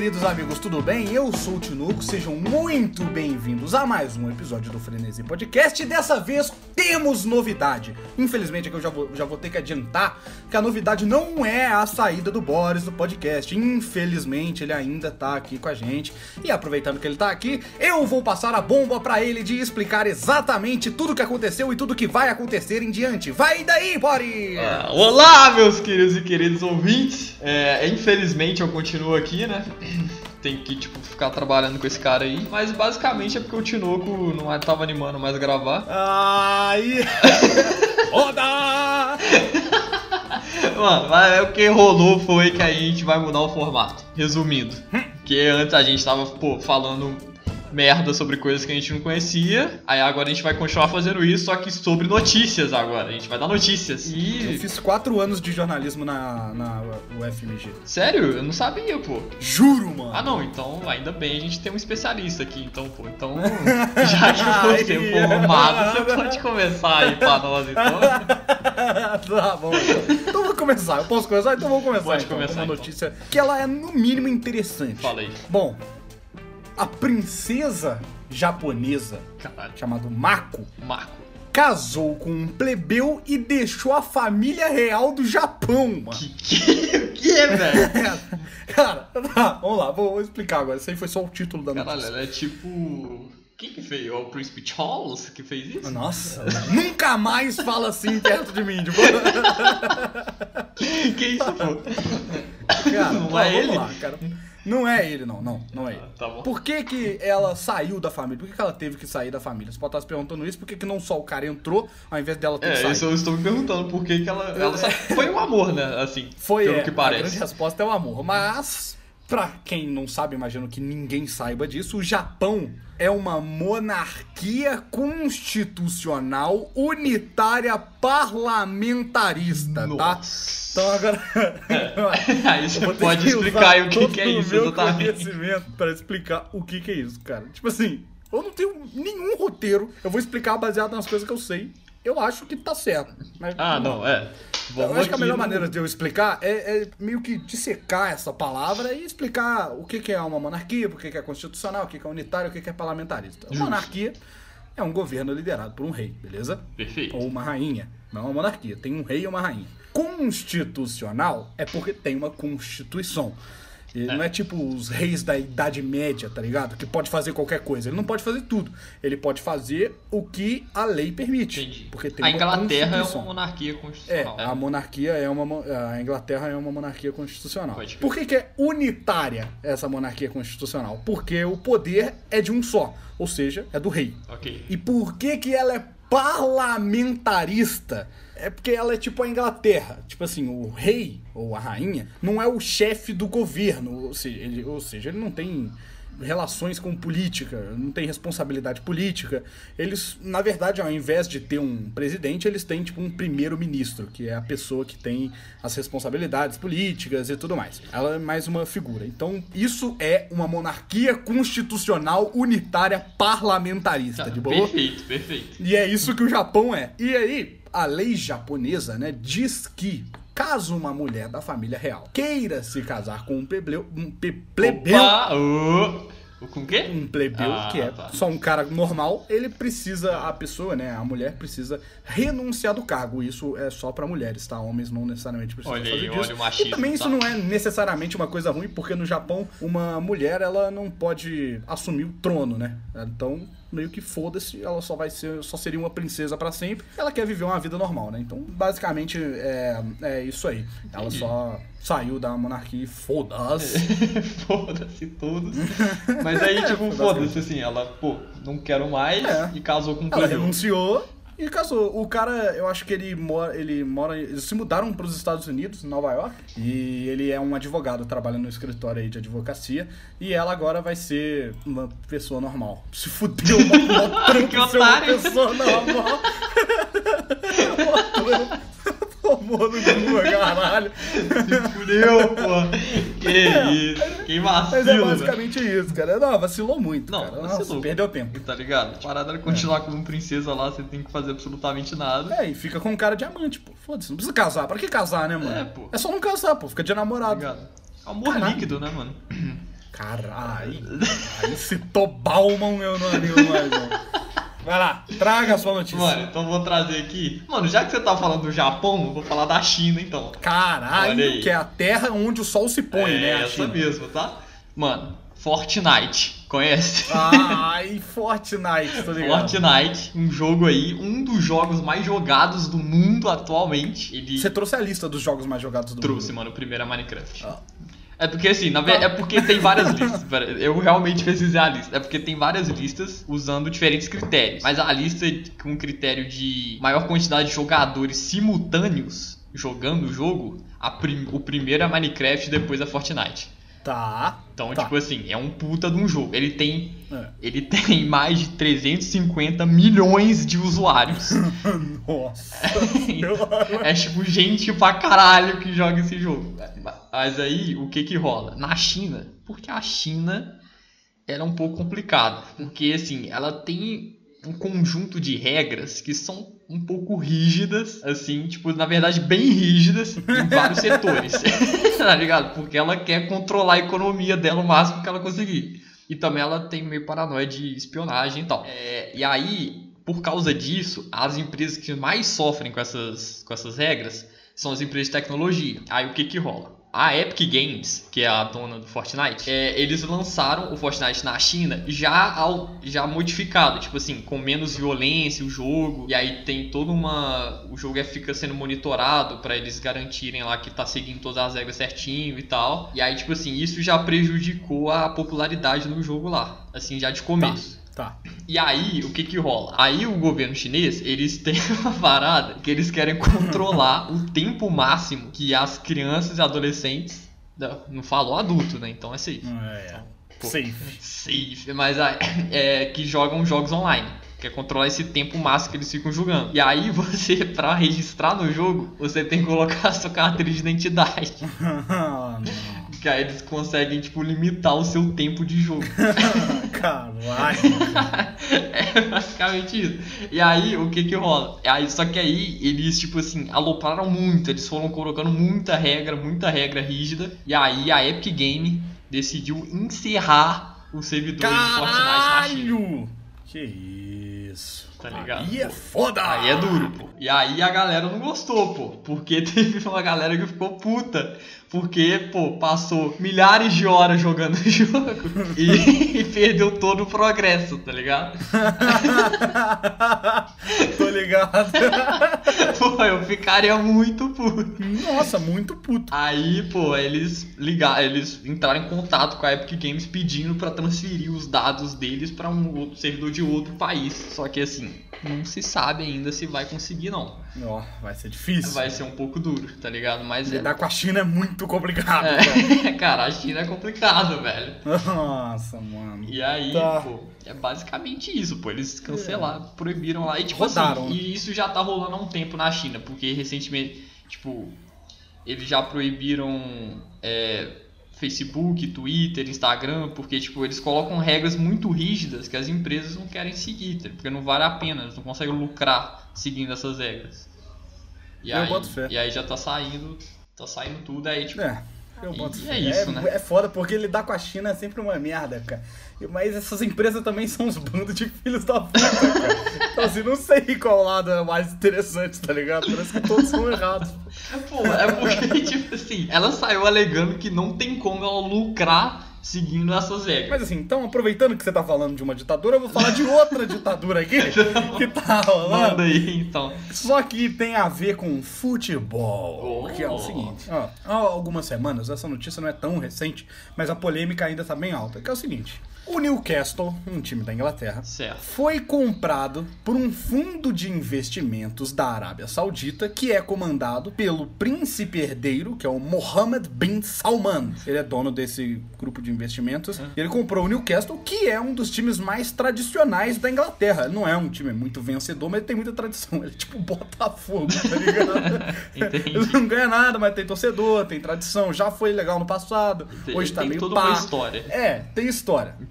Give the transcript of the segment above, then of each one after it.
queridos amigos, tudo bem? Eu sou o Tinuco, sejam muito bem-vindos a mais um episódio do Frenesi Podcast. E dessa vez temos novidade. Infelizmente aqui eu já vou ter que adiantar que a novidade não é a saída do Boris do podcast. Infelizmente ele ainda tá aqui com a gente. E aproveitando que ele tá aqui, eu vou passar a bomba pra ele de explicar exatamente tudo o que aconteceu e tudo que vai acontecer em diante. Vai daí, Boris! Olá, meus queridos e queridos ouvintes. Infelizmente eu continuo aqui, né? Tem que, ficar trabalhando com esse cara aí. Mas basicamente é porque o Tinoco não tava animando mais gravar. Ai! Roda! Mano, o que rolou foi que a gente vai mudar o formato. Resumindo. Porque antes a gente tava, falando merda sobre coisas que a gente não conhecia. Aí agora a gente vai continuar fazendo isso, só que sobre notícias agora. A gente vai dar notícias. Eu fiz 4 anos de jornalismo na UFMG. Sério? Eu não sabia, pô. Juro, mano. Ah, não. Então, ainda bem, a gente tem um especialista aqui. Então, já que você for formado, você pode começar aí pra nós, então. Tá bom. Então vou começar. Eu posso começar? Então vou começar. Pode começar, uma notícia que ela é, no mínimo, interessante. Fala aí. Bom, a princesa japonesa, chamada Mako, casou com um plebeu e deixou a família real do Japão, mano. Que é, velho? Cara, vamos lá, vou explicar agora. Isso aí foi só o título da notícia. Caralho, ela é tipo... Quem que fez? O Príncipe Charles que fez isso? Nossa, nunca mais fala assim perto de mim, tipo... Que isso, pô? Cara, não é ele? Vamos lá, cara. Não é ele, não é ele. Tá bom. Por que ela saiu da família? Por que ela teve que sair da família? Você pode estar se perguntando isso, por que não só o cara entrou, ao invés dela ter que sair? Isso eu estou me perguntando, por que ela saiu. Foi um amor, né, assim, pelo que parece. A grande resposta é o amor, mas... Pra quem não sabe, imagino que ninguém saiba disso, o Japão é uma monarquia constitucional unitária parlamentarista, Nossa. Tá? Então agora... Aí você pode explicar aí o que é isso, exatamente. Conhecimento para explicar o que é isso, cara. Tipo assim, eu não tenho nenhum roteiro, eu vou explicar baseado nas coisas que eu sei. Eu acho que tá certo. Mas, eu acho que a melhor maneira de eu explicar é meio que dissecar essa palavra e explicar o que é uma monarquia, o que é constitucional, o que é unitário, o que é parlamentarista. Uma monarquia é um governo liderado por um rei, beleza? Perfeito. Ou uma rainha. Não é uma monarquia, tem um rei e uma rainha. Constitucional é porque tem uma constituição. Não é tipo os reis da Idade Média, tá ligado? Que pode fazer qualquer coisa. Ele não pode fazer tudo. Ele pode fazer o que a lei permite. Entendi. Porque tem a Inglaterra é uma monarquia constitucional. A Inglaterra é uma monarquia constitucional. Pode. Por que é unitária essa monarquia constitucional? Porque o poder é de um só. Ou seja, é do rei. Ok. E por que ela é parlamentarista? É porque ela é tipo a Inglaterra. Tipo assim, o rei ou a rainha não é o chefe do governo. Ou seja, ele não tem relações com política, não tem responsabilidade política. Eles, na verdade, ao invés de ter um presidente, eles têm tipo um primeiro-ministro, que é a pessoa que tem as responsabilidades políticas e tudo mais. Ela é mais uma figura. Então, isso é uma monarquia constitucional unitária parlamentarista, de boa? Perfeito. E é isso que o Japão é. E aí, a lei japonesa, né, diz que caso uma mulher da família real queira se casar com um plebeu... Com o quê? Um plebeu, que é só um cara normal, a pessoa, né, a mulher precisa renunciar do cargo. Isso é só pra mulheres, tá? Homens não necessariamente precisam fazer isso. Olha o machismo, e também isso não é necessariamente uma coisa ruim, porque no Japão, uma mulher, ela não pode assumir o trono, né? Então, meio que foda-se, ela só seria uma princesa pra sempre. Ela quer viver uma vida normal, né? Então, basicamente, é isso aí. Ela só saiu da monarquia e foda-se. Foda-se todos. Mas aí, foda-se, assim, ela, não quero mais e casou com um plebeu. Ela renunciou e casou. O cara, eu acho que eles se mudaram para os Estados Unidos, em Nova York, e ele é um advogado, trabalha no escritório aí de advocacia, e ela agora vai ser uma pessoa normal. Se fudeu, uma trampo ser uma pessoa normal. Tomou no cu, caralho. Se fudeu, pô. Que isso. Que vacilo. Mas é basicamente isso, cara. Não, vacilou muito, cara. Vacilou. Nossa, perdeu tempo. Tá ligado? Parada de continuar como princesa lá, você tem que fazer absolutamente nada. E fica com um cara diamante, pô. Foda-se, não precisa casar. Pra que casar, né, mano? Pô. É só não casar, pô. Fica de namorado. Tá ligado? Amor líquido, né, mano? Caralho. Aí citou Bauman, eu não animo mais, não. Vai lá, traga a sua notícia. Mano, então vou trazer aqui. Mano, já que você tá falando do Japão, eu vou falar da China, então. Caralho, que é a terra onde o sol se põe, né? É essa mesmo, tá? Mano, Fortnite, conhece? Ai, Fortnite, tô ligado. Fortnite, um jogo aí, um dos jogos mais jogados do mundo atualmente. Você trouxe a lista dos jogos mais jogados do mundo? Trouxe, mano, o primeiro é Minecraft. É porque assim, é porque tem várias listas. Eu realmente pesquisei a lista. É porque tem várias listas usando diferentes critérios. Mas a lista com critério de maior quantidade de jogadores simultâneos jogando o jogo, o primeiro é Minecraft e depois é Fortnite. Tá. Então, tipo assim, é um puta de um jogo. Ele tem mais de 350 milhões de usuários. Nossa. É tipo gente pra caralho que joga esse jogo. Mas aí, o que rola? Na China, porque a China ela é um pouco complicada. Porque, assim, ela tem um conjunto de regras que são um pouco rígidas, assim, tipo, na verdade, bem rígidas em vários setores. Tá ligado? Porque ela quer controlar a economia dela o máximo que ela conseguir. E também ela tem meio paranoia de espionagem e tal. E aí, por causa disso, as empresas que mais sofrem com essas regras são as empresas de tecnologia. Aí o que rola? A Epic Games, que é a dona do Fortnite, eles lançaram o Fortnite na China já modificado, tipo assim, com menos violência o jogo, e aí tem toda o jogo fica sendo monitorado pra eles garantirem lá que tá seguindo todas as regras certinho e tal, e aí tipo assim, isso já prejudicou a popularidade do jogo lá, assim, já de começo. Tá. E aí, o que rola? Aí o governo chinês, eles têm uma parada que eles querem controlar o tempo máximo que as crianças e adolescentes, não falo adulto, né? Então é safe. Safe, mas que jogam jogos online. Quer controlar esse tempo máximo que eles ficam jogando. E aí você, pra registrar no jogo, você tem que colocar a sua carteira de identidade. Que aí eles conseguem, tipo, limitar o seu tempo de jogo. Caralho. É basicamente isso. E aí, o que rola? Só que aí, eles, tipo assim, alopraram muito. Eles foram colocando muita regra rígida. E aí, a Epic Game decidiu encerrar os servidores de Fortnite na China. Que isso. Tá ligado? Aí é foda! Aí é duro, pô. E aí a galera não gostou, pô. Porque teve uma galera que ficou puta. Porque, pô, passou milhares de horas jogando o jogo e perdeu todo o progresso, tá ligado? Tô ligado. Pô, eu ficaria muito puto. Nossa, muito puto. Aí, pô, eles entraram em contato com a Epic Games pedindo pra transferir os dados deles pra um outro servidor de outro país. Só que, assim, não se sabe ainda se vai conseguir, não. Vai ser difícil. Vai ser um pouco duro, tá ligado? Mas lidar com a China é muito complicado. Cara, a China é complicado, velho. Nossa, mano. E aí, pô, é basicamente isso, pô. Eles cancelaram, proibiram lá. E tipo rodaram, assim, e isso já tá rolando há um tempo na China. Porque recentemente, tipo, eles já proibiram Facebook, Twitter, Instagram. Porque, tipo, eles colocam regras muito rígidas que as empresas não querem seguir, tá? Porque não vale a pena, eles não conseguem lucrar seguindo essas regras. E aí já tá saindo tudo aí, tipo. Eu boto fé. Isso, né? É foda porque lidar com a China é sempre uma merda, cara. Mas essas empresas também são uns bandos de filhos da puta, cara. Então assim, não sei qual lado é mais interessante, tá ligado? Parece que todos são errados. Pô, é porque, tipo assim, ela saiu alegando que não tem como ela lucrar seguindo essas regras. Mas assim, então, aproveitando que você tá falando de uma ditadura, eu vou falar de outra ditadura aqui que tá rolando. Manda aí, então. Só que tem a ver com futebol. Que é o seguinte. Há algumas semanas, essa notícia não é tão recente, mas a polêmica ainda tá bem alta. Que é o seguinte. O Newcastle, um time da Inglaterra, foi comprado por um fundo de investimentos da Arábia Saudita, que é comandado pelo príncipe herdeiro, que é o Mohammed bin Salman. Ele é dono desse grupo de investimentos. Ele comprou o Newcastle, que é um dos times mais tradicionais da Inglaterra. Ele não é um time muito vencedor, mas ele tem muita tradição. Ele é tipo Botafogo, tá ligado? Ele não ganha nada, mas tem torcedor, tem tradição. Já foi legal no passado. Hoje tá meio toda uma história. Tem história.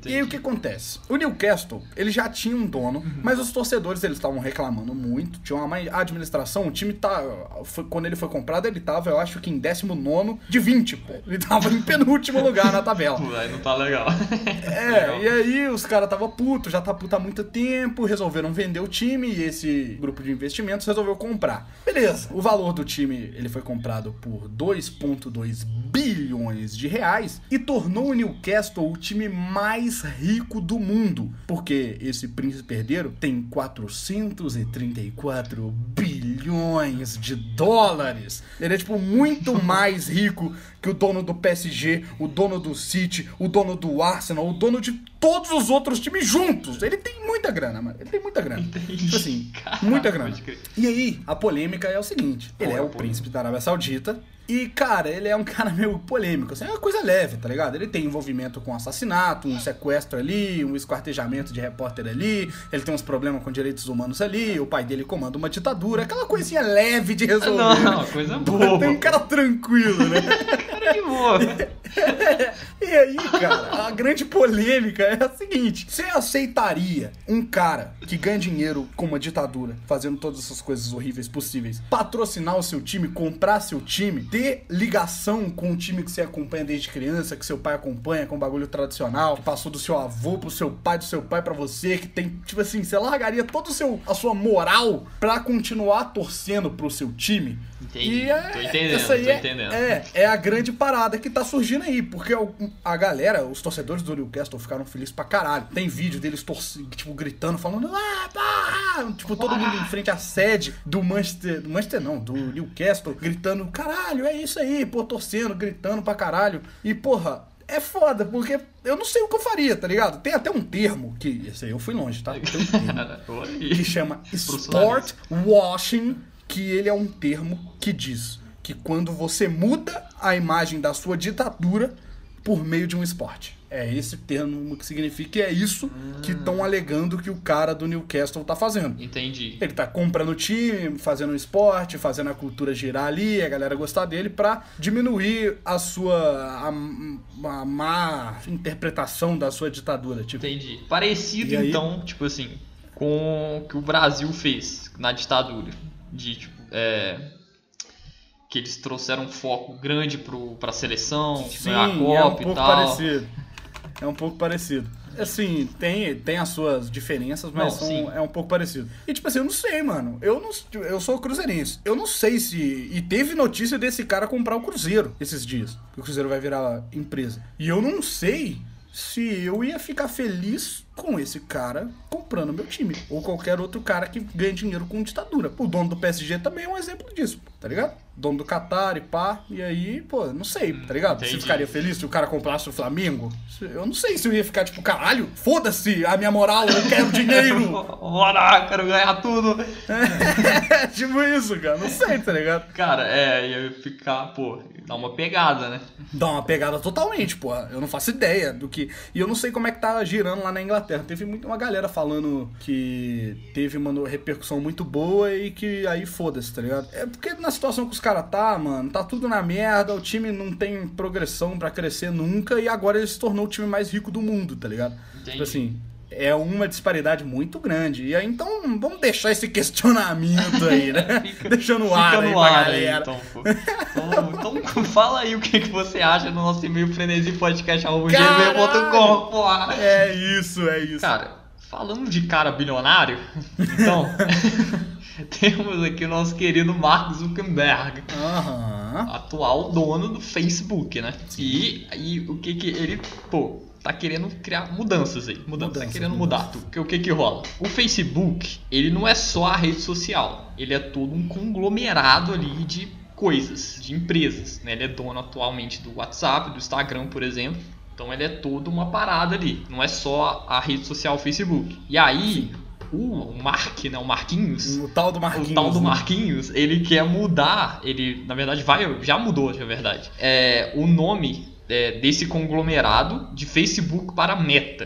E aí o que acontece? O Newcastle, ele já tinha um dono, mas os torcedores, eles estavam reclamando muito. Tinha uma má administração, o time quando ele foi comprado, ele tava, eu acho que em 19º de 20, pô. Ele tava em penúltimo lugar na tabela. Pô, aí não tá legal. E aí os caras tava puto, já tá puto há muito tempo, resolveram vender o time e esse grupo de investimentos resolveu comprar. Beleza, o valor do time, ele foi comprado por 2,2 bilhões de reais e tornou o Newcastle o time mais rico do mundo, porque esse príncipe herdeiro tem 434 bilhões de dólares. Ele é, tipo, muito mais rico que o dono do PSG, o dono do City, o dono do Arsenal, o dono de todos os outros times juntos. Ele tem muita grana, mano. Ele tem muita grana. Tipo assim, muita grana. E aí, a polêmica é o seguinte. Ele é o príncipe da Arábia Saudita. E, cara, ele é um cara meio polêmico, assim, é uma coisa leve, tá ligado? Ele tem envolvimento com assassinato, um sequestro ali, um esquartejamento de repórter ali, ele tem uns problemas com direitos humanos ali, o pai dele comanda uma ditadura, aquela coisinha leve de resolver. Não, coisa boa. Tem um cara tranquilo, né? Cara de boa. E aí, cara, a grande polêmica é a seguinte: você aceitaria um cara que ganha dinheiro com uma ditadura, fazendo todas essas coisas horríveis possíveis, patrocinar o seu time, comprar seu time, ter ligação com o time que você acompanha desde criança, que seu pai acompanha, com um bagulho tradicional, que passou do seu avô pro seu pai, do seu pai pra você, que tem, tipo assim, você largaria toda a sua moral pra continuar torcendo pro seu time? Entendi, tô entendendo. É a grande parada que tá surgindo aí, porque a galera, os torcedores do Newcastle ficaram felizes pra caralho. Tem vídeo deles tipo, gritando, falando tipo, todo mundo em frente à sede do do Newcastle, gritando, caralho, é isso aí, pô, torcendo, gritando pra caralho. E, porra, é foda, porque eu não sei o que eu faria, tá ligado? Tem até um termo, que esse aí eu fui longe, tá? Tem um termo que chama sport washing, que ele é um termo que diz que quando você muda a imagem da sua ditadura por meio de um esporte. É esse termo que significa, e é isso que estão alegando que o cara do Newcastle tá fazendo. Entendi. Ele tá comprando o time, fazendo um esporte, fazendo a cultura girar ali, a galera gostar dele, pra diminuir a má interpretação da sua ditadura. Tipo. Entendi. Parecido, então, tipo assim, com o que o Brasil fez na ditadura. De, tipo, que eles trouxeram um foco grande pra seleção, sim, a Copa e tal. Parecido. É um pouco parecido. Assim, tem as suas diferenças, mas é um pouco parecido. E tipo assim, eu não sei, mano. Eu sou cruzeirense. Eu não sei se... E teve notícia desse cara comprar o Cruzeiro esses dias. Que o Cruzeiro vai virar empresa. E eu não sei se eu ia ficar feliz com esse cara comprando meu time. Ou qualquer outro cara que ganha dinheiro com ditadura. O dono do PSG também é um exemplo disso, tá ligado? Dono do Qatar e pá. E aí, pô, não sei, tá ligado? Entendi. Você ficaria feliz se o cara comprasse o Flamengo? Eu não sei se eu ia ficar tipo, caralho, foda-se a minha moral, eu quero dinheiro. Bora, quero ganhar tudo. Tipo isso, cara. Não sei, tá ligado? Cara, ia ficar, pô, dá uma pegada, né? Dá uma pegada totalmente, pô. Eu não faço ideia do que... E eu não sei como é que tá girando lá na Inglaterra. Teve uma galera falando que teve uma repercussão muito boa e que aí foda-se, tá ligado? É porque na situação que os caras mano, tá tudo na merda, o time não tem progressão pra crescer nunca e agora ele se tornou o time mais rico do mundo, tá ligado? Entendi. Tipo assim, é uma disparidade muito grande. E aí, então, vamos deixar esse questionamento aí, né? Deixa no ar aí pra galera. Então, então, fala aí o que você acha no nosso e-mail frenesipodcast@gmail.com, porra. É isso. Cara, falando de cara bilionário, então, temos aqui o nosso querido Mark Zuckerberg, atual dono do Facebook, né? E o que ele, pô, tá querendo criar mudanças aí. Tá querendo mudar tudo. Porque o que rola? O Facebook, ele não é só a rede social. Ele é todo um conglomerado ali de coisas, de empresas, né? Ele é dono atualmente do WhatsApp, do Instagram, por exemplo. Então ele é toda uma parada ali. Não é só a rede social Facebook. E aí... O Mark, né? O Marquinhos. O tal do Marquinhos, ele quer mudar. Ele, na verdade, já mudou, na verdade. O nome desse conglomerado de Facebook para Meta.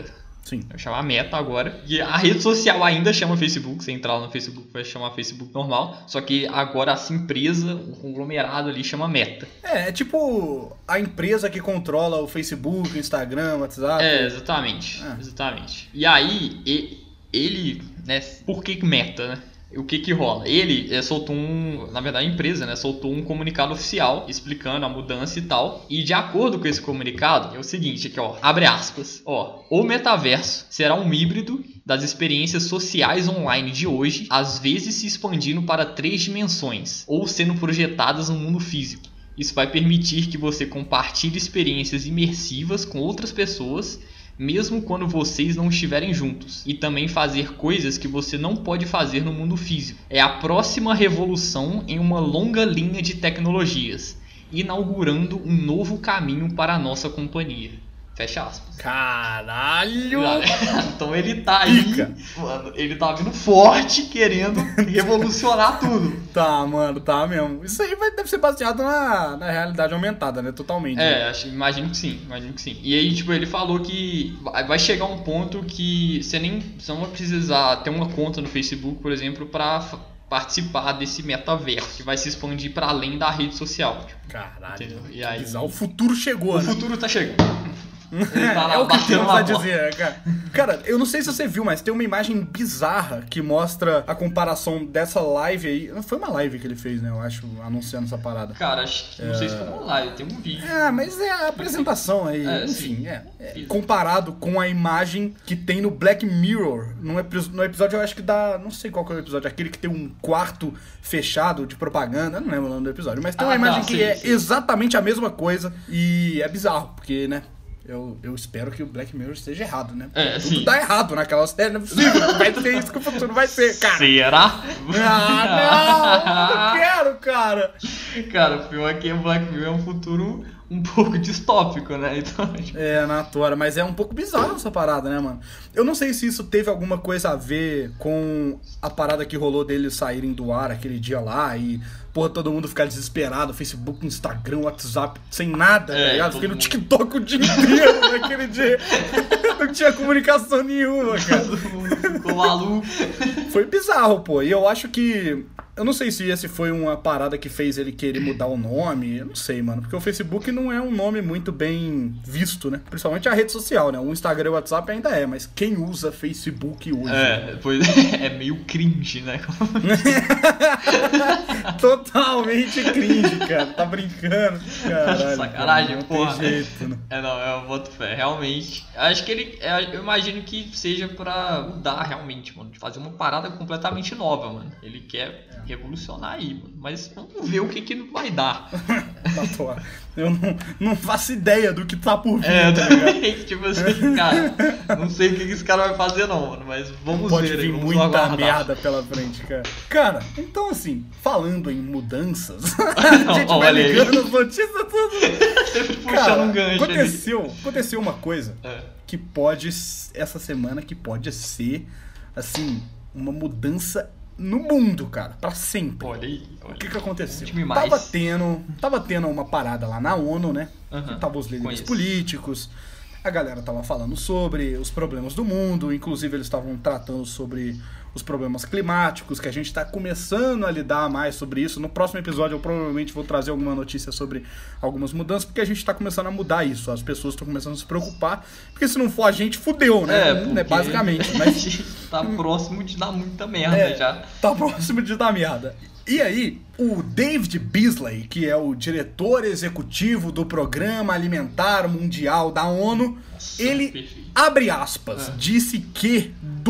Sim. Vai chamar Meta agora. E a rede social ainda chama Facebook. Você entrar lá no Facebook vai chamar Facebook normal. Só que agora essa empresa, o conglomerado ali, chama Meta. É tipo a empresa que controla o Facebook, o Instagram, o WhatsApp. Exatamente. Exatamente. E aí, ele, né? Por que Meta, né? O que rola? Ele soltou na verdade a empresa, né, soltou um comunicado oficial explicando a mudança e tal. E de acordo com esse comunicado, é o seguinte aqui, ó, abre aspas, ó, o metaverso será um híbrido das experiências sociais online de hoje, às vezes se expandindo para 3 dimensões, ou sendo projetadas no mundo físico. Isso vai permitir que você compartilhe experiências imersivas com outras pessoas, mesmo quando vocês não estiverem juntos, e também fazer coisas que você não pode fazer no mundo físico. É a próxima revolução em uma longa linha de tecnologias, inaugurando um novo caminho para a nossa companhia. Fecha aspas. Caralho! Então ele tá aí, mano, ele tá vindo forte, querendo revolucionar tudo. Tá, mano, tá mesmo. Isso aí deve ser baseado na realidade aumentada, né? Totalmente. É, imagino que sim. E aí, tipo, ele falou que vai chegar um ponto que você não vai precisar ter uma conta no Facebook, por exemplo, pra participar desse metaverso, que vai se expandir pra além da rede social. Caralho. Entendeu? E aí, o futuro chegou, né? O futuro tá chegando. É o que temos a dizer, cara. Cara, eu não sei se você viu, mas tem uma imagem bizarra que mostra a comparação dessa live aí. Foi uma live que ele fez, né? Eu acho, anunciando essa parada. Cara, acho que não sei se foi uma live, tem um vídeo. Mas é a apresentação aí. Enfim, comparado com a imagem que tem no Black Mirror. No episódio, eu acho que dá. Não sei qual que é o episódio. Aquele que tem um quarto fechado de propaganda. Eu não lembro o nome do episódio. Mas tem uma imagem que é exatamente a mesma coisa. E é bizarro, porque, né? Eu espero que o Black Mirror esteja errado, né? Tudo tá errado naquela série, não é possível. Vai ser isso que o futuro vai ser, cara. Será? Não quero, cara. Cara, o filme aqui, Black Mirror, é um futuro um pouco distópico, né? Então, na tora, mas é um pouco bizarro essa parada, né, mano? Eu não sei se isso teve alguma coisa a ver com a parada que rolou deles saírem do ar aquele dia lá e, porra, todo mundo ficar desesperado, Facebook, Instagram, WhatsApp, sem nada, tá ligado? Fiquei no TikTok o dia inteiro naquele dia. Não tinha comunicação nenhuma, cara. Todo mundo ficou maluco. Foi bizarro, pô. E eu acho que... Eu não sei se esse foi uma parada que fez ele querer mudar o nome. Eu não sei, mano. Porque o Facebook não é um nome muito bem visto, né? Principalmente a rede social, né? O Instagram e o WhatsApp ainda é, mas quem usa Facebook hoje? Pois é meio cringe, né? Totalmente cringe, cara. Tá brincando. Caralho. Sacanagem, porra. Tem jeito, né? Eu boto fé. Realmente. Acho que eu imagino que seja pra mudar realmente, mano. De fazer uma parada completamente nova, mano. Ele quer revolucionar aí, mano. Mas vamos ver o que vai dar. Eu não faço ideia do que tá por vir. Também. Tipo assim, cara, não sei o que esse cara vai fazer não, mano. Mas vamos Pode ver. Pode vir muita merda pela frente, cara. Cara, então assim, falando em mudanças, a gente vai ligando as notícias tudo. Sempre puxando um gancho. Aconteceu uma coisa que pode, essa semana, que pode ser, assim, uma mudança no mundo, cara, pra sempre. Olha aí. O que aconteceu? Tava tendo uma parada lá na ONU, né? Que tava os líderes políticos, a galera tava falando sobre os problemas do mundo, inclusive eles estavam tratando sobre os problemas climáticos, que a gente tá começando a lidar mais sobre isso. No próximo episódio eu provavelmente vou trazer alguma notícia sobre algumas mudanças, porque a gente tá começando a mudar isso. As pessoas estão começando a se preocupar, porque se não for a gente, fudeu, né? Basicamente. Mas tá próximo de dar muita merda já. Tá próximo de dar merda. E aí, o David Beasley, que é o diretor executivo do Programa Alimentar Mundial da ONU, ele, abre aspas, disse que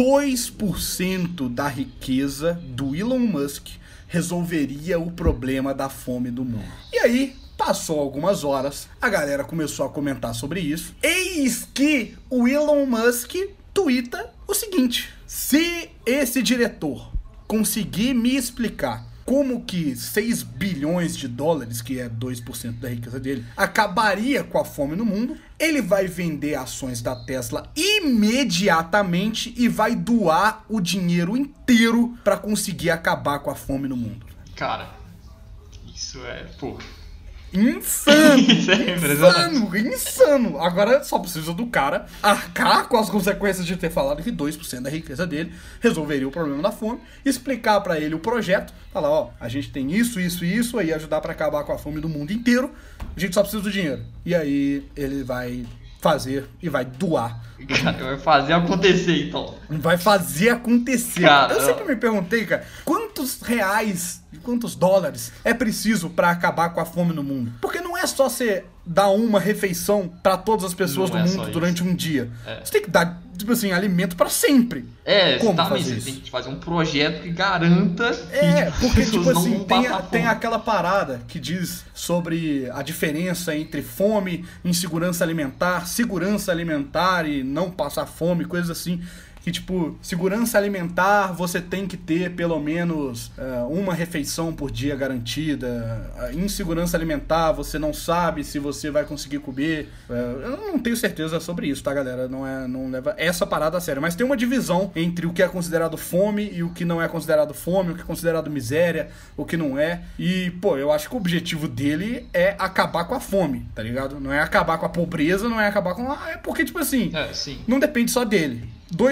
2% da riqueza do Elon Musk resolveria o problema da fome do mundo. E aí, passou algumas horas, a galera começou a comentar sobre isso. Eis que o Elon Musk tuita o seguinte: se esse diretor conseguir me explicar como que 6 bilhões de dólares, que é 2% da riqueza dele, acabaria com a fome no mundo, ele vai vender ações da Tesla imediatamente e vai doar o dinheiro inteiro pra conseguir acabar com a fome no mundo. Cara, isso é, pô, insano. Isso é impressionante. Insano. Agora só precisa do cara arcar com as consequências de ter falado que 2% da riqueza dele resolveria o problema da fome, explicar pra ele o projeto, falar, ó, a gente tem isso, aí ajudar pra acabar com a fome do mundo inteiro, a gente só precisa do dinheiro. E aí ele vai fazer e vai doar. Cara, vai fazer acontecer, então. Vai fazer acontecer. Cara, eu sempre me perguntei, cara, quantos reais e quantos dólares é preciso pra acabar com a fome no mundo? Porque não é só você dar uma refeição pra todas as pessoas do mundo durante um dia. Você tem que dar, tipo assim, alimento pra sempre. Como fazer isso? Você tem que fazer um projeto que garanta porque, tipo assim, tem aquela parada que diz sobre a diferença entre fome, insegurança alimentar, segurança alimentar e não passar fome, coisas assim. Que, tipo, segurança alimentar, você tem que ter pelo menos uma refeição por dia garantida. Insegurança alimentar, você não sabe se você vai conseguir comer. Eu não tenho certeza sobre isso, tá, galera? Não leva essa parada a sério. Mas tem uma divisão entre o que é considerado fome e o que não é considerado fome, o que é considerado miséria, o que não é. E, pô, eu acho que o objetivo dele é acabar com a fome, tá ligado? Não é acabar com a pobreza, não é acabar com... É porque, tipo assim, não depende só dele.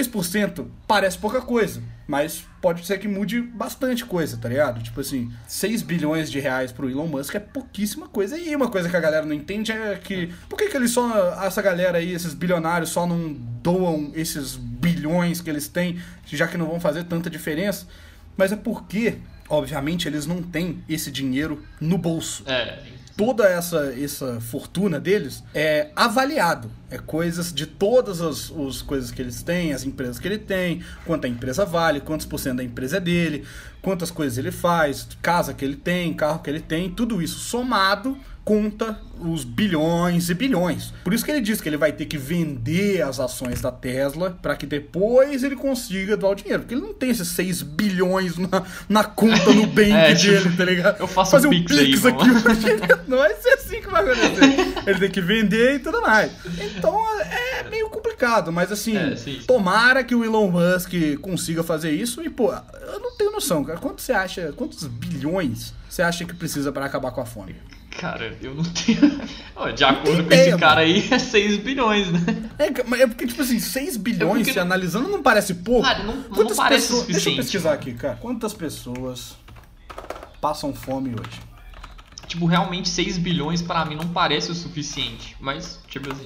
2% parece pouca coisa, mas pode ser que mude bastante coisa, tá ligado? Tipo assim, 6 bilhões de reais pro Elon Musk é pouquíssima coisa. E uma coisa que a galera não entende é que... Por que eles só... Essa galera aí, esses bilionários, só não doam esses bilhões que eles têm, já que não vão fazer tanta diferença? Mas é porque, obviamente, eles não têm esse dinheiro no bolso. Toda essa fortuna deles é avaliado. É coisas de todas as coisas que eles têm, as empresas que ele tem, quanto a empresa vale, quantos por cento da empresa é dele, quantas coisas ele faz, casa que ele tem, carro que ele tem, tudo isso somado conta os bilhões e bilhões. Por isso que ele diz que ele vai ter que vender as ações da Tesla para que depois ele consiga doar o dinheiro. Porque ele não tem esses 6 bilhões na conta no bank dele, tá ligado? Eu faço fazer um Pix aqui. Não vai ser assim que vai acontecer. Ele tem que vender e tudo mais. Então é meio complicado, mas assim, tomara que o Elon Musk consiga fazer isso. E, pô, eu não tenho noção, cara. Quantos bilhões você acha que precisa para acabar com a fome? Cara, eu não tenho... De acordo com esse cara aí, é 6 bilhões, né? É porque, tipo assim, 6 bilhões, se analisando, não parece pouco. Cara, não parece o suficiente. Deixa eu pesquisar aqui, cara. Quantas pessoas passam fome hoje? Tipo, realmente 6 bilhões pra mim não parece o suficiente. Mas, tipo assim...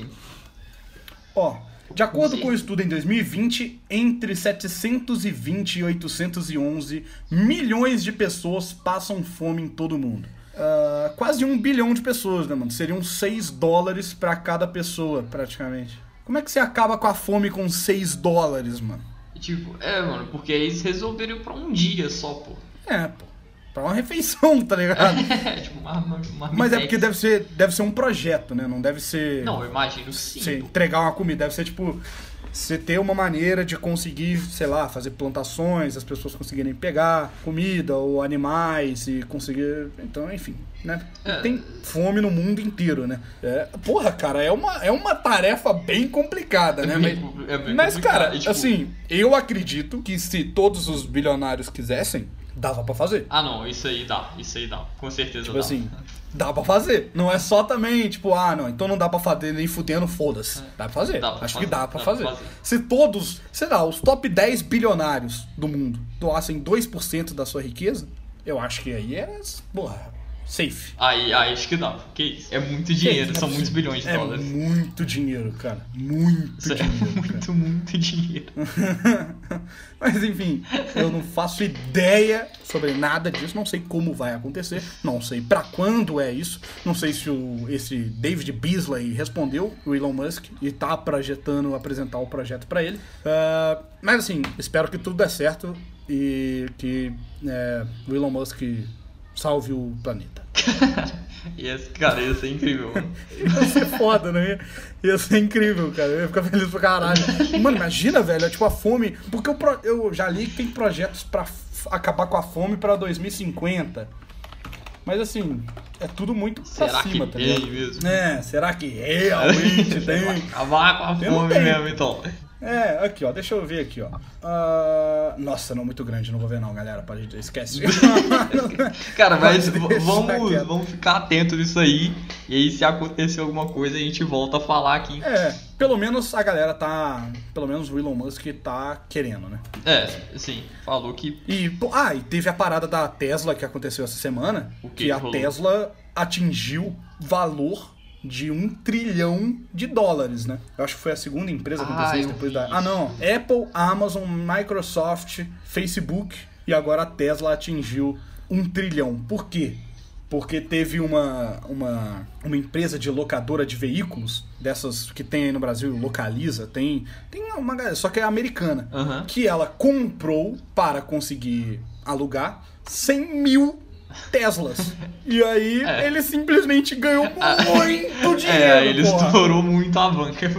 De acordo com o estudo em 2020, entre 720 e 811 milhões de pessoas passam fome em todo o mundo. Quase 1 bilhão de pessoas, né, mano? Seriam 6 dólares pra cada pessoa, praticamente. Como é que você acaba com a fome com 6 dólares, mano? Tipo, mano, porque aí eles resolveram pra um dia só, pô. Pô. Pra uma refeição, tá ligado? Tipo, uma Mas é porque deve ser um projeto, né? Não deve ser... Não, eu imagino sim. Você entregar uma comida. Deve ser, tipo... Você ter uma maneira de conseguir, sei lá, fazer plantações, as pessoas conseguirem pegar comida ou animais e conseguir... Então, enfim, né? Tem fome no mundo inteiro, né? Porra, cara, é uma tarefa bem complicada, né? Mas, cara, tipo... assim, eu acredito que se todos os bilionários quisessem, dava pra fazer. Não, isso aí dá, com certeza tipo dá. Assim, dá pra fazer. Não é só também, tipo, não, então não dá pra fazer nem fudendo, foda-se. Dá pra fazer. Acho que dá pra fazer. Se todos, sei lá, os top 10 bilionários do mundo doassem 2% da sua riqueza, eu acho que aí é, porra, safe. Aí acho que dá. Que isso? É muito dinheiro, são muitos bilhões de dólares. É muito dinheiro, cara. Muito dinheiro. Muito dinheiro. Mas enfim, eu não faço ideia sobre nada disso, não sei como vai acontecer, não sei pra quando é isso, não sei se esse David Beasley respondeu o Elon Musk e tá projetando apresentar o projeto pra ele. Mas assim, espero que tudo dê certo e que o Elon Musk salve o planeta. Cara, ia ser incrível, mano. Ia ser foda, né? Ia ser incrível, cara. Eu ia ficar feliz pra caralho. Mano, imagina, velho, tipo a fome. Porque eu já li que tem projetos pra acabar com a fome pra 2050. Mas assim, é tudo muito pra cima, tá ligado? Mesmo? Será que realmente tem? Acabar com a fome mesmo, então. Aqui, ó. Deixa eu ver aqui, ó. Nossa, não, muito grande. Não vou ver não, galera. Esquece. Cara, mas vamos ficar atento nisso aí. E aí, se acontecer alguma coisa, a gente volta a falar aqui. Pelo menos a galera tá... Pelo menos o Elon Musk tá querendo, né? Sim. Falou que... E teve a parada da Tesla que aconteceu essa semana. Que a rolou? Tesla atingiu valor de $1 trilhão, né? Eu acho que foi a segunda empresa a acontecer isso depois da... Apple, Amazon, Microsoft, Facebook e agora a Tesla atingiu $1 trilhão. Por quê? Porque teve uma empresa de locadora de veículos, dessas que tem aí no Brasil, Localiza, tem uma, só que é americana, que ela comprou para conseguir alugar 100 mil Teslas. E aí ele simplesmente ganhou muito dinheiro. Ele estourou muito a banca.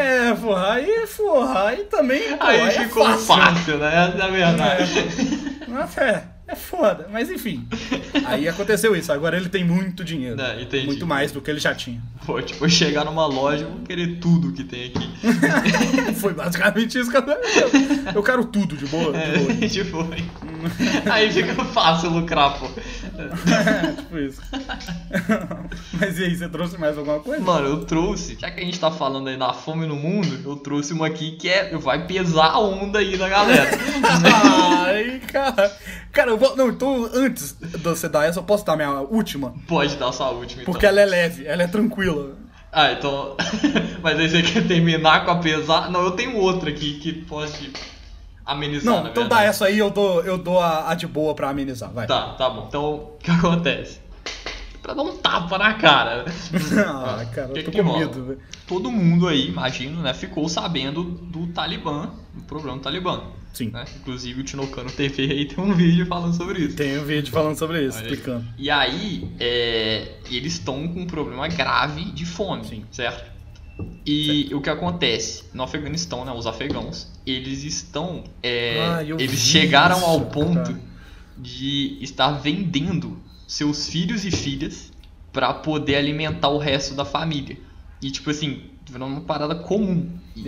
Aí também. Aí ficou fácil, né? Na verdade. Nossa, é foda. Mas enfim. Aí aconteceu isso. Agora ele tem muito dinheiro. Entendi. Muito mais do que ele já tinha. Pô, tipo, chegar numa loja, eu vou querer tudo que tem aqui. Foi basicamente isso que eu quero tudo de boa. Tipo, aí fica fácil lucrar, pô. Tipo isso. Mas e aí, você trouxe mais alguma coisa? Mano, eu trouxe, já que a gente tá falando aí da fome no mundo, eu trouxe uma aqui que vai pesar a onda aí da galera. Ai, cara. Cara, então antes de você dar essa, eu posso dar minha última? Pode dar sua última, então. Porque ela é leve, ela é tranquila. Então... Mas aí você quer terminar com a pesar? Não, eu tenho outra aqui que pode amenizar, então dá essa aí, eu dou a de boa pra amenizar, vai. Tá bom. Então, o que acontece? Pra dar um tapa na cara. Cara, eu tô com medo, velho. Todo mundo aí, imagino, né, ficou sabendo do Talibã, do programa do Talibã. Sim. Né? Inclusive o Tinocano TV aí tem um vídeo falando sobre isso. Tem um vídeo falando sobre isso, explicando. E aí, eles estão com um problema grave de fome, sim, certo? E o que acontece? No Afeganistão, né, os afegãos, eles estão... eles chegaram ao ponto de estar vendendo seus filhos e filhas pra poder alimentar o resto da família. E tipo assim, virou uma parada comum.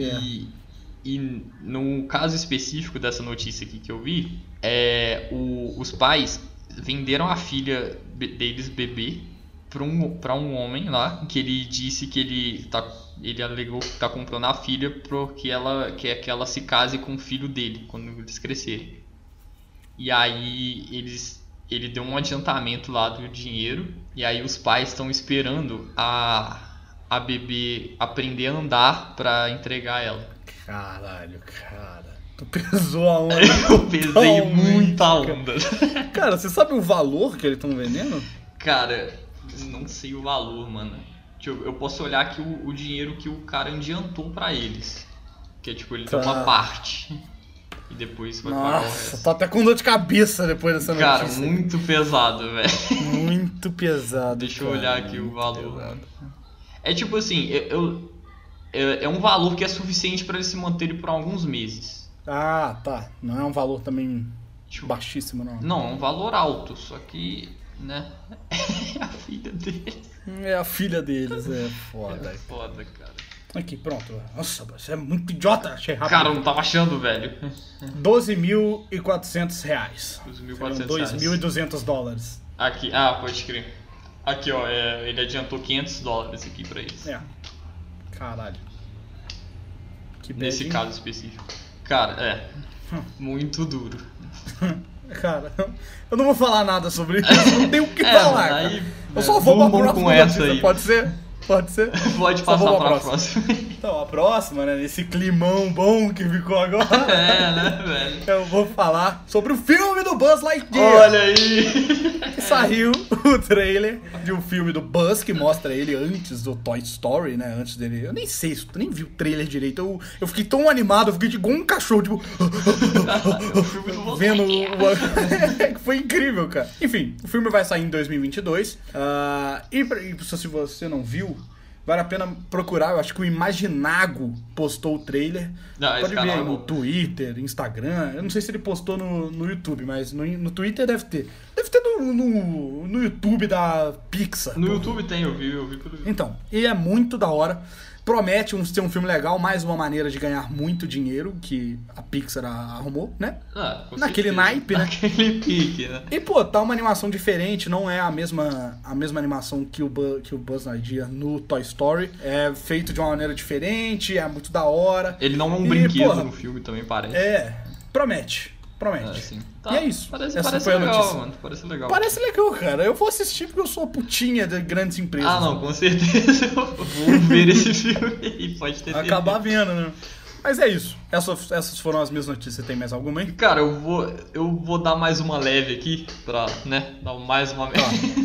E no caso específico dessa notícia aqui que eu vi, os pais venderam a filha deles, bebê, pra um homem lá, que ele disse que ele alegou que tá comprando a filha porque ela quer que ela se case com o filho dele quando eles crescerem. E aí ele deu um adiantamento lá do dinheiro, e aí os pais estão esperando a bebê aprender a andar pra entregar ela. Caralho, cara. Tu pesou a onda. Eu pesei muita onda. Cara, você sabe o valor que eles estão vendendo? Cara, não sei o valor, mano. Eu posso olhar aqui o dinheiro que o cara adiantou pra eles. Que é tipo, ele deu uma parte. E depois vai pagar o resto. Tô até com dor de cabeça depois dessa notícia. Cara, muito pesado, velho. Muito pesado. Deixa eu olhar aqui o valor. Pesado. É tipo assim, é um valor que é suficiente pra eles se manterem por alguns meses. Tá. Não é um valor também baixíssimo, não. Não, é um valor alto, só que, né, é a filha deles. É a filha deles, é foda. É foda, cara. Aqui, pronto. Nossa, você é muito idiota, achei rápido. Cara, eu não tava achando, velho. $12.400. $12.400. $2.200. Aqui, pode crer. Aqui, ó, ele adiantou $500 aqui pra eles. Caralho. Nesse caso específico. Cara, muito duro. Cara, eu não vou falar nada sobre isso, não tenho o que falar. Aí, eu só vou pra próxima com essa notícia, aí. pode ser? Pode passar pra próxima. Então, a próxima, né, nesse climão bom que ficou agora. Né, velho? Eu vou falar sobre o filme do Buzz Lightyear. Olha aí! Saiu o trailer de um filme do Buzz que mostra ele antes do Toy Story, né? Antes dele. Eu nem sei, eu nem vi o trailer direito. Eu fiquei tão animado, eu fiquei igual um cachorro, tipo. Vendo. Foi incrível, cara. Enfim, o filme vai sair em 2022. E se você não viu, vale a pena procurar. Eu acho que o Imaginago postou o trailer. Pode ver aí no Twitter, Instagram. Eu não sei se ele postou no YouTube, mas no Twitter deve ter. Deve ter no YouTube da Pixar. No YouTube tem, eu vi pelo YouTube. Então, e é muito da hora. Promete ser um filme legal, mais uma maneira de ganhar muito dinheiro que a Pixar arrumou, né? Naquele naipe, né? Naquele pique, né? E, pô, tá uma animação diferente, não é a mesma animação que o Buzz Lightyear no Toy Story. É feito de uma maneira diferente, é muito da hora. Ele não é um brinquedo no filme, também parece. Promete. Assim. Tá. E é isso. Parece foi legal, a notícia. mano. Parece legal. Parece legal, cara. Eu vou assistir porque eu sou a putinha de grandes empresas. Ah, não, com certeza eu vou ver esse filme e pode ter acabar vendo, né? Mas é isso. Essas foram as minhas notícias. Tem mais alguma aí? Cara, eu vou dar mais uma leve aqui pra, né, dar mais uma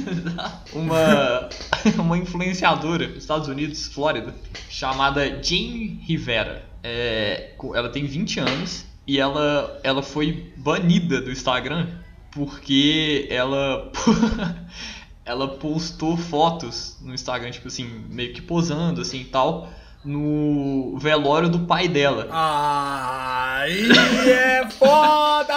uma influenciadora dos Estados Unidos, Flórida, chamada Jane Rivera. Ela tem 20 anos. E ela foi banida do Instagram porque ela postou fotos no Instagram, tipo assim, meio que posando assim e tal, no velório do pai dela. Aí é foda!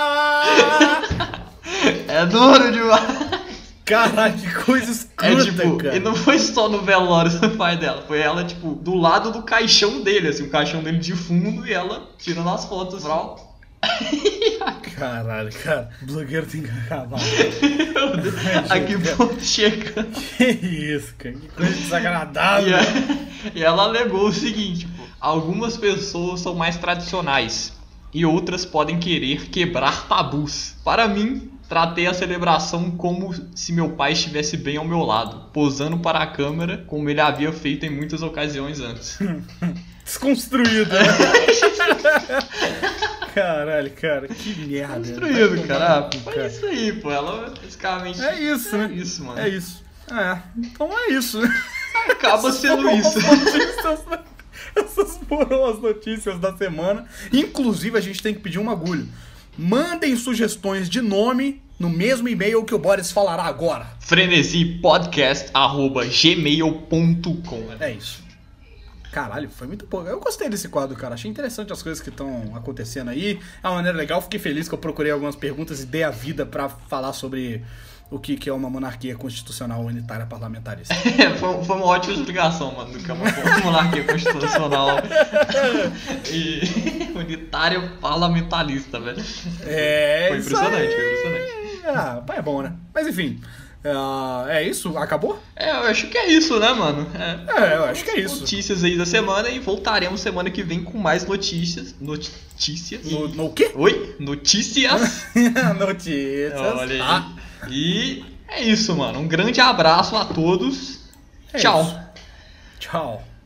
É duro demais! Caralho, que coisa escrota, cara. E não foi só no velório do pai dela, foi ela, tipo, do lado do caixão dele, assim, o caixão dele de fundo e ela tirando as fotos, tal. Caralho, cara, blogueiro tem que acabar. A que ponto chega? Que isso, cara, que coisa desagradável. E ela alegou o seguinte, tipo, algumas pessoas são mais tradicionais e outras podem querer quebrar tabus. Para mim, tratei a celebração como se meu pai estivesse bem ao meu lado, posando para a câmera como ele havia feito em muitas ocasiões antes. Desconstruído. Caralho, cara, que merda. Desconstruído, cara. Foi isso aí, pô. Ela basicamente... É isso, né? É isso, mano. É isso. Então é isso, né? Acaba sendo isso. Essas foram as notícias da semana. Inclusive, a gente tem que pedir um bagulho. Mandem sugestões de nome no mesmo e-mail que o Boris falará agora. frenesipodcast@gmail.com. É isso. Caralho, foi muito bom. Eu gostei desse quadro, cara. Achei interessante as coisas que estão acontecendo aí. É uma maneira legal. Fiquei feliz que eu procurei algumas perguntas e dei a vida pra falar sobre o que é uma monarquia constitucional unitária parlamentarista. Foi uma ótima explicação, mano, do que é uma monarquia constitucional e unitária parlamentarista, velho. Foi impressionante, foi impressionante. Pai é bom, né? Mas enfim, é isso? Acabou? Eu acho que é isso, né, mano? Eu acho que é isso. Notícias aí da semana e voltaremos semana que vem com mais notícias. Notícias? No quê? Oi? Notícias? Notícias. Olha aí. E é isso, mano. Um grande abraço a todos. Tchau. Tchau.